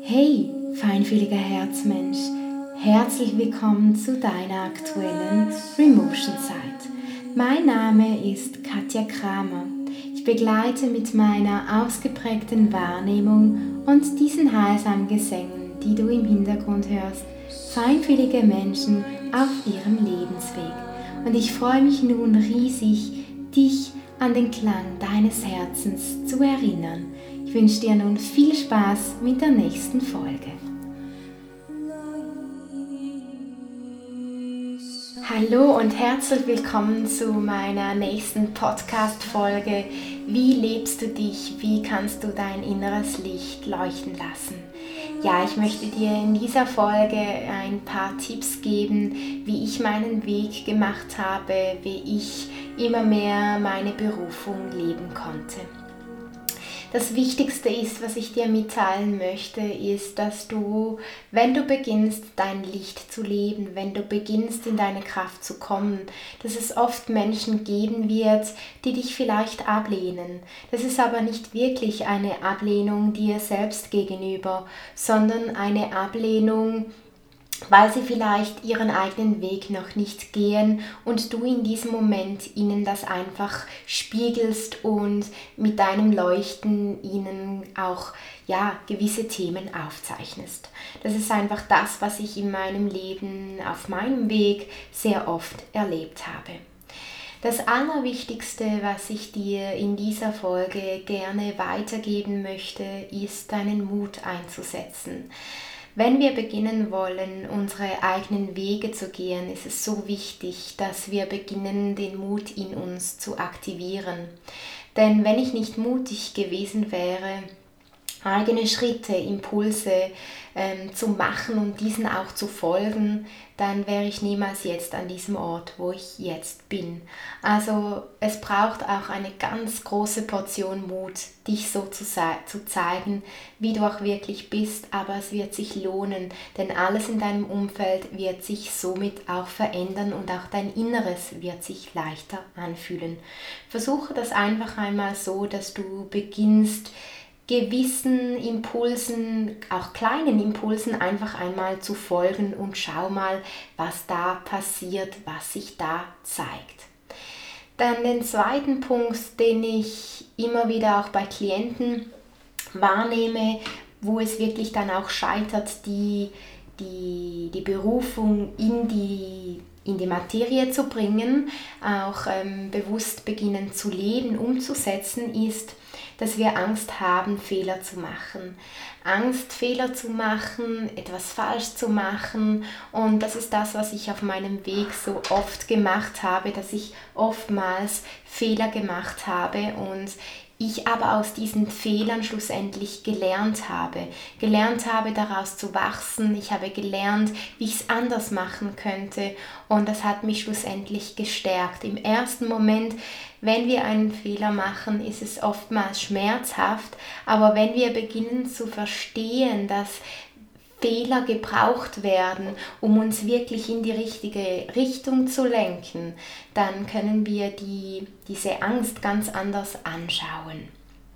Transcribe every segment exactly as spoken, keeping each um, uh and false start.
Hey, feinfühliger Herzmensch, herzlich willkommen zu deiner aktuellen Remotion Zeit. Mein Name ist Katja Kramer. Ich begleite mit meiner ausgeprägten Wahrnehmung und diesen heilsamen Gesängen, die du im Hintergrund hörst, feinfühlige Menschen auf ihrem Lebensweg. Und ich freue mich nun riesig, dich an den Klang deines Herzens zu erinnern. Ich wünsche dir nun viel Spaß mit der nächsten Folge. Hallo und herzlich willkommen zu meiner nächsten Podcast-Folge. Wie lebst du dich? Wie kannst du dein inneres Licht leuchten lassen? Ja, ich möchte dir in dieser Folge ein paar Tipps geben, wie ich meinen Weg gemacht habe, wie ich immer mehr meine Berufung leben konnte. Das Wichtigste ist, was ich dir mitteilen möchte, ist, dass du, wenn du beginnst, dein Licht zu leben, wenn du beginnst, in deine Kraft zu kommen, dass es oft Menschen geben wird, die dich vielleicht ablehnen. Das ist aber nicht wirklich eine Ablehnung dir selbst gegenüber, sondern eine Ablehnung, weil sie vielleicht ihren eigenen Weg noch nicht gehen und du in diesem Moment ihnen das einfach spiegelst und mit deinem Leuchten ihnen auch ja, gewisse Themen aufzeichnest. Das ist einfach das, was ich in meinem Leben, auf meinem Weg sehr oft erlebt habe. Das Allerwichtigste, was ich dir in dieser Folge gerne weitergeben möchte, ist, deinen Mut einzusetzen. Wenn wir beginnen wollen, unsere eigenen Wege zu gehen, ist es so wichtig, dass wir beginnen, den Mut in uns zu aktivieren. Denn wenn ich nicht mutig gewesen wäre, eigene Schritte, Impulse ähm, zu machen und diesen auch zu folgen, dann wäre ich niemals jetzt an diesem Ort, wo ich jetzt bin. Also es braucht auch eine ganz große Portion Mut, dich so zu, zu zeigen, wie du auch wirklich bist, aber es wird sich lohnen, denn alles in deinem Umfeld wird sich somit auch verändern und auch dein Inneres wird sich leichter anfühlen. Versuche das einfach einmal so, dass du beginnst, gewissen Impulsen, auch kleinen Impulsen einfach einmal zu folgen und schau mal, was da passiert, was sich da zeigt. Dann den zweiten Punkt, den ich immer wieder auch bei Klienten wahrnehme, wo es wirklich dann auch scheitert, die, die, die Berufung in die in die Materie zu bringen, auch ähm, bewusst beginnen zu leben, umzusetzen, ist, dass wir Angst haben, Fehler zu machen. Angst, Fehler zu machen, etwas falsch zu machen, und das ist das, was ich auf meinem Weg so oft gemacht habe, dass ich oftmals Fehler gemacht habe und ich aber aus diesen Fehlern schlussendlich gelernt habe. Gelernt habe, daraus zu wachsen. Ich habe gelernt, wie ich es anders machen könnte, und das hat mich schlussendlich gestärkt. Im ersten Moment, wenn wir einen Fehler machen, ist es oftmals schmerzhaft, aber wenn wir beginnen zu verstehen, dass Fehler gebraucht werden, um uns wirklich in die richtige Richtung zu lenken, dann können wir die, diese Angst ganz anders anschauen.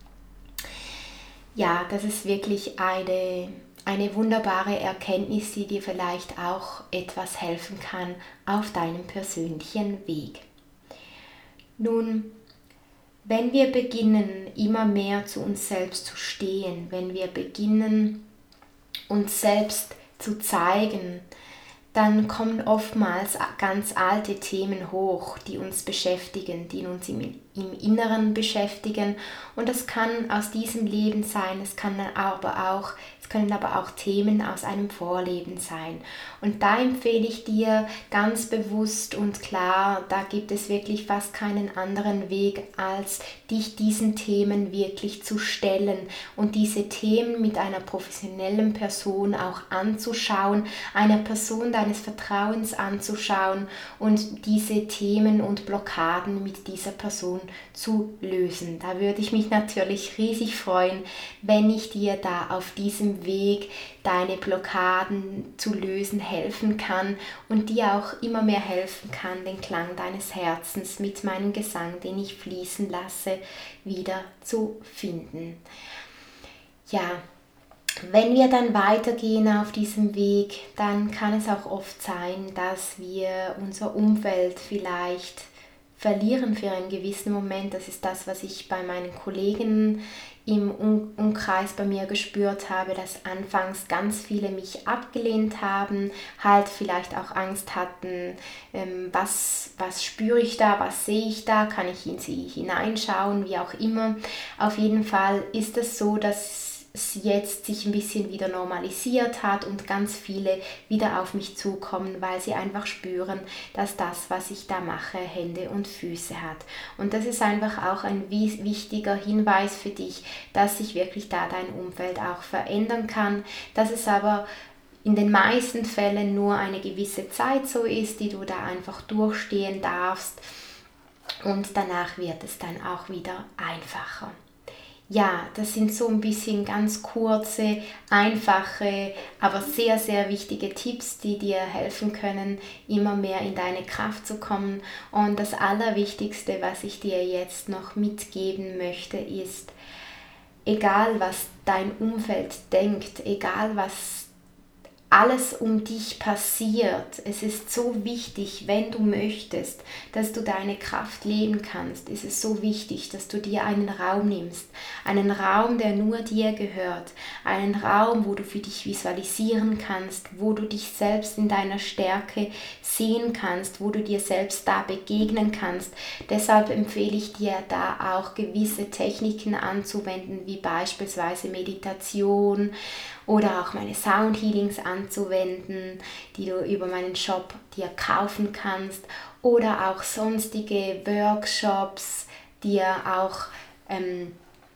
Ja, das ist wirklich eine, eine wunderbare Erkenntnis, die dir vielleicht auch etwas helfen kann auf deinem persönlichen Weg. Nun, wenn wir beginnen, immer mehr zu uns selbst zu stehen, wenn wir beginnen, uns selbst zu zeigen, dann kommen oftmals ganz alte Themen hoch, die uns beschäftigen, die uns im, im Inneren beschäftigen, und das kann aus diesem Leben sein, es kann aber auch, es können aber auch Themen aus einem Vorleben sein. Und da empfehle ich dir ganz bewusst und klar, da gibt es wirklich fast keinen anderen Weg, als dich diesen Themen wirklich zu stellen und diese Themen mit einer professionellen Person auch anzuschauen, einer Person deines Vertrauens anzuschauen und diese Themen und Blockaden mit dieser Person zu lösen. Da würde ich mich natürlich riesig freuen, wenn ich dir da auf diesem Weg deine Blockaden zu lösen helfen kann und dir auch immer mehr helfen kann, den Klang deines Herzens mit meinem Gesang, den ich fließen lasse, wieder zu finden. Ja, wenn wir dann weitergehen auf diesem Weg, dann kann es auch oft sein, dass wir unser Umfeld vielleicht verlieren für einen gewissen Moment. Das ist das, was ich bei meinen Kollegen im Umkreis bei mir gespürt habe, dass anfangs ganz viele mich abgelehnt haben, halt vielleicht auch Angst hatten, ähm, was, was spüre ich da, was sehe ich da, kann ich in sie hineinschauen, wie auch immer. Auf jeden Fall ist es so, dass es jetzt sich ein bisschen wieder normalisiert hat und ganz viele wieder auf mich zukommen, weil sie einfach spüren, dass das, was ich da mache, Hände und Füße hat. Und das ist einfach auch ein wichtiger Hinweis für dich, dass sich wirklich da dein Umfeld auch verändern kann, dass es aber in den meisten Fällen nur eine gewisse Zeit so ist, die du da einfach durchstehen darfst, und danach wird es dann auch wieder einfacher. Ja, das sind so ein bisschen ganz kurze, einfache, aber sehr, sehr wichtige Tipps, die dir helfen können, immer mehr in deine Kraft zu kommen. Und das Allerwichtigste, was ich dir jetzt noch mitgeben möchte, ist, egal was dein Umfeld denkt, egal was alles um dich passiert, es ist so wichtig, wenn du möchtest, dass du deine Kraft leben kannst, ist es so wichtig, dass du dir einen Raum nimmst, einen Raum, der nur dir gehört, einen Raum, wo du für dich visualisieren kannst, wo du dich selbst in deiner Stärke sehen kannst, wo du dir selbst da begegnen kannst. Deshalb empfehle ich dir da auch gewisse Techniken anzuwenden, wie beispielsweise Meditation oder auch meine Sound Healings anzuwenden, die du über meinen Shop dir kaufen kannst, oder auch sonstige Workshops dir auch ähm,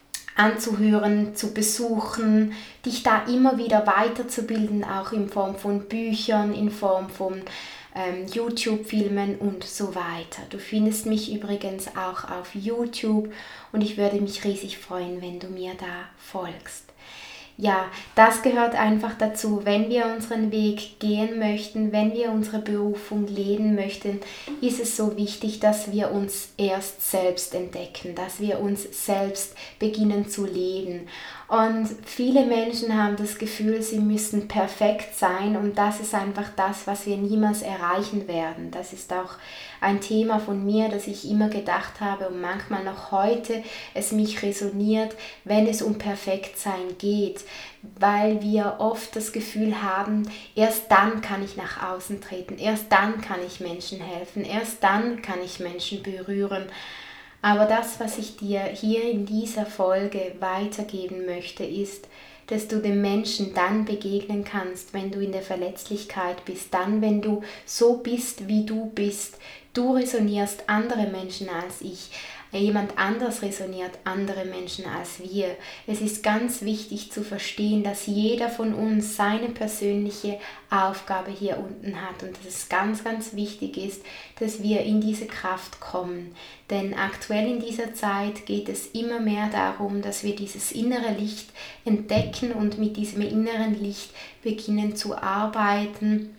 anzuhören, zu besuchen, dich da immer wieder weiterzubilden, auch in Form von Büchern, in Form von ähm, YouTube-Filmen und so weiter. Du findest mich übrigens auch auf YouTube und ich würde mich riesig freuen, wenn du mir da folgst. Ja, das gehört einfach dazu, wenn wir unseren Weg gehen möchten, wenn wir unsere Berufung leben möchten, ist es so wichtig, dass wir uns erst selbst entdecken, dass wir uns selbst beginnen zu leben. Und viele Menschen haben das Gefühl, sie müssen perfekt sein, und das ist einfach das, was wir niemals erreichen werden. Das ist auch ein Thema von mir, das ich immer gedacht habe und manchmal noch heute es mich resoniert, wenn es um Perfektsein geht, weil wir oft das Gefühl haben, erst dann kann ich nach außen treten, erst dann kann ich Menschen helfen, erst dann kann ich Menschen berühren. Aber das, was ich dir hier in dieser Folge weitergeben möchte, ist, dass du dem Menschen dann begegnen kannst, wenn du in der Verletzlichkeit bist, dann, wenn du so bist, wie du bist. Du resonierst andere Menschen als ich. Jemand anders resoniert andere Menschen als wir. Es ist ganz wichtig zu verstehen, dass jeder von uns seine persönliche Aufgabe hier unten hat und dass es ganz, ganz wichtig ist, dass wir in diese Kraft kommen. Denn aktuell in dieser Zeit geht es immer mehr darum, dass wir dieses innere Licht entdecken und mit diesem inneren Licht beginnen zu arbeiten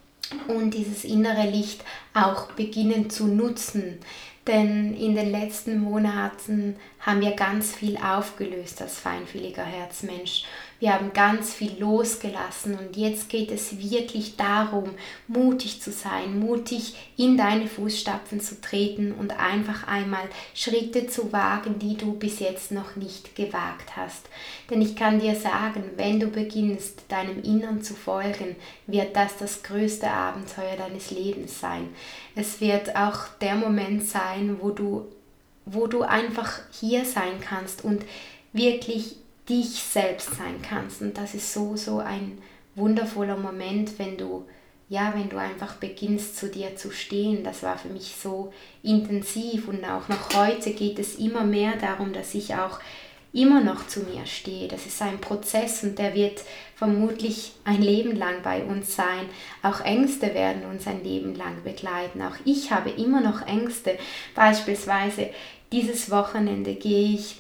und dieses innere Licht auch beginnen zu nutzen. Denn in den letzten Monaten haben wir ganz viel aufgelöst als feinfühliger Herzmensch. Wir haben ganz viel losgelassen und jetzt geht es wirklich darum, mutig zu sein, mutig in deine Fußstapfen zu treten und einfach einmal Schritte zu wagen, die du bis jetzt noch nicht gewagt hast. Denn ich kann dir sagen, wenn du beginnst, deinem Innern zu folgen, wird das das größte Abenteuer deines Lebens sein. Es wird auch der Moment sein, wo du, wo du einfach hier sein kannst und wirklich dich selbst sein kannst. Und das ist so, so ein wundervoller Moment, wenn du, ja, wenn du einfach beginnst, zu dir zu stehen. Das war für mich so intensiv und auch noch heute geht es immer mehr darum, dass ich auch immer noch zu mir stehe. Das ist ein Prozess und der wird vermutlich ein Leben lang bei uns sein. Auch Ängste werden uns ein Leben lang begleiten. Auch ich habe immer noch Ängste. Beispielsweise dieses Wochenende gehe ich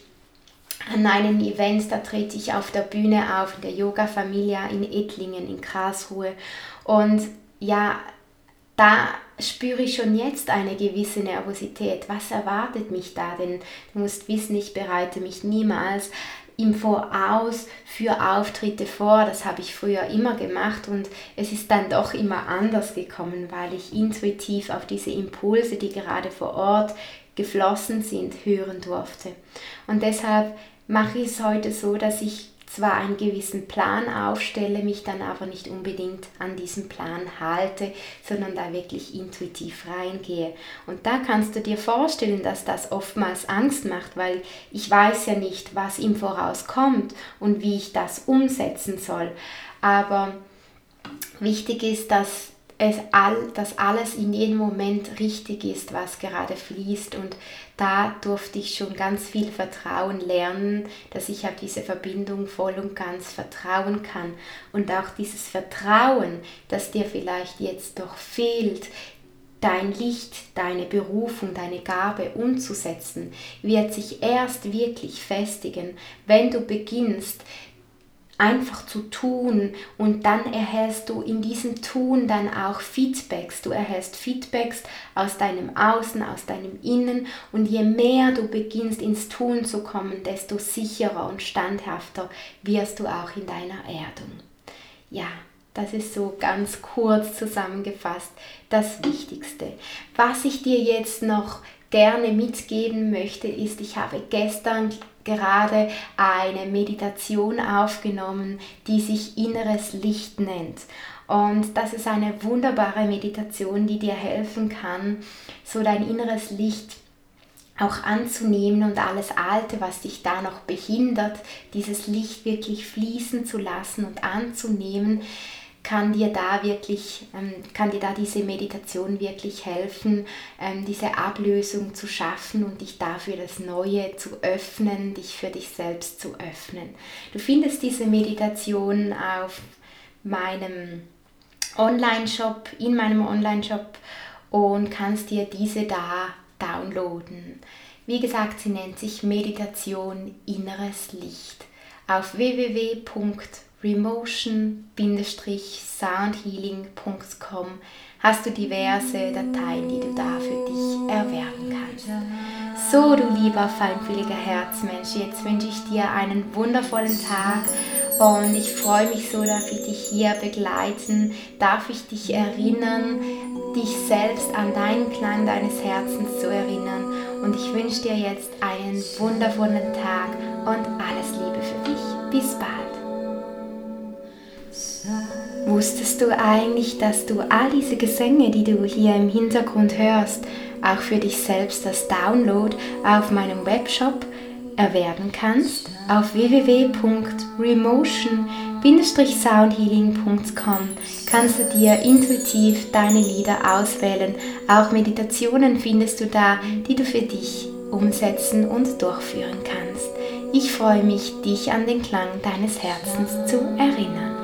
an einem Event, da trete ich auf der Bühne auf, in der Yoga Familia in Ettlingen in Karlsruhe. Und ja, da spüre ich schon jetzt eine gewisse Nervosität. Was erwartet mich da? Denn du musst wissen, ich bereite mich niemals im Voraus für Auftritte vor. Das habe ich früher immer gemacht und es ist dann doch immer anders gekommen, weil ich intuitiv auf diese Impulse, die gerade vor Ort geflossen sind, hören durfte. Und deshalb mache ich es heute so, dass ich zwar einen gewissen Plan aufstelle, mich dann aber nicht unbedingt an diesen Plan halte, sondern da wirklich intuitiv reingehe. Und da kannst du dir vorstellen, dass das oftmals Angst macht, weil ich weiß ja nicht, was im Voraus kommt und wie ich das umsetzen soll. Aber wichtig ist, dass es all, dass alles in jedem Moment richtig ist, was gerade fließt, und da durfte ich schon ganz viel Vertrauen lernen, dass ich auf diese Verbindung voll und ganz vertrauen kann, und auch dieses Vertrauen, das dir vielleicht jetzt doch fehlt, dein Licht, deine Berufung, deine Gabe umzusetzen, wird sich erst wirklich festigen, wenn du beginnst, einfach zu tun, und dann erhältst du in diesem Tun dann auch Feedbacks. Du erhältst Feedbacks aus deinem Außen, aus deinem Innen, und je mehr du beginnst ins Tun zu kommen, desto sicherer und standhafter wirst du auch in deiner Erdung. Ja, das ist so ganz kurz zusammengefasst das Wichtigste. Was ich dir jetzt noch gerne mitgeben möchte, ist, ich habe gestern gerade eine Meditation aufgenommen, die sich Inneres Licht nennt. Und das ist eine wunderbare Meditation, die dir helfen kann, so dein inneres Licht auch anzunehmen und alles Alte, was dich da noch behindert, dieses Licht wirklich fließen zu lassen und anzunehmen, kann dir da wirklich, ähm, kann dir da diese Meditation wirklich helfen, ähm, diese Ablösung zu schaffen und dich dafür das Neue zu öffnen, dich für dich selbst zu öffnen. Du findest diese Meditation auf meinem Online-Shop, in meinem Online-Shop, und kannst dir diese da downloaden. Wie gesagt, sie nennt sich Meditation Inneres Licht. Auf w w w punkt remotion Bindestrich soundhealing punkt com hast du diverse Dateien, die du da für dich erwerben kannst. So, du lieber feinfühliger Herzmensch, jetzt wünsche ich dir einen wundervollen Tag und ich freue mich so, darf ich dich hier begleiten, darf ich dich erinnern, dich selbst an deinen Klang deines Herzens zu erinnern, und ich wünsche dir jetzt einen wundervollen Tag und alles Liebe für dich. Bis bald. Wusstest du eigentlich, dass du all diese Gesänge, die du hier im Hintergrund hörst, auch für dich selbst als Download auf meinem Webshop erwerben kannst? Auf w w w punkt remotion Bindestrich soundhealing punkt com kannst du dir intuitiv deine Lieder auswählen. Auch Meditationen findest du da, die du für dich umsetzen und durchführen kannst. Ich freue mich, dich an den Klang deines Herzens zu erinnern.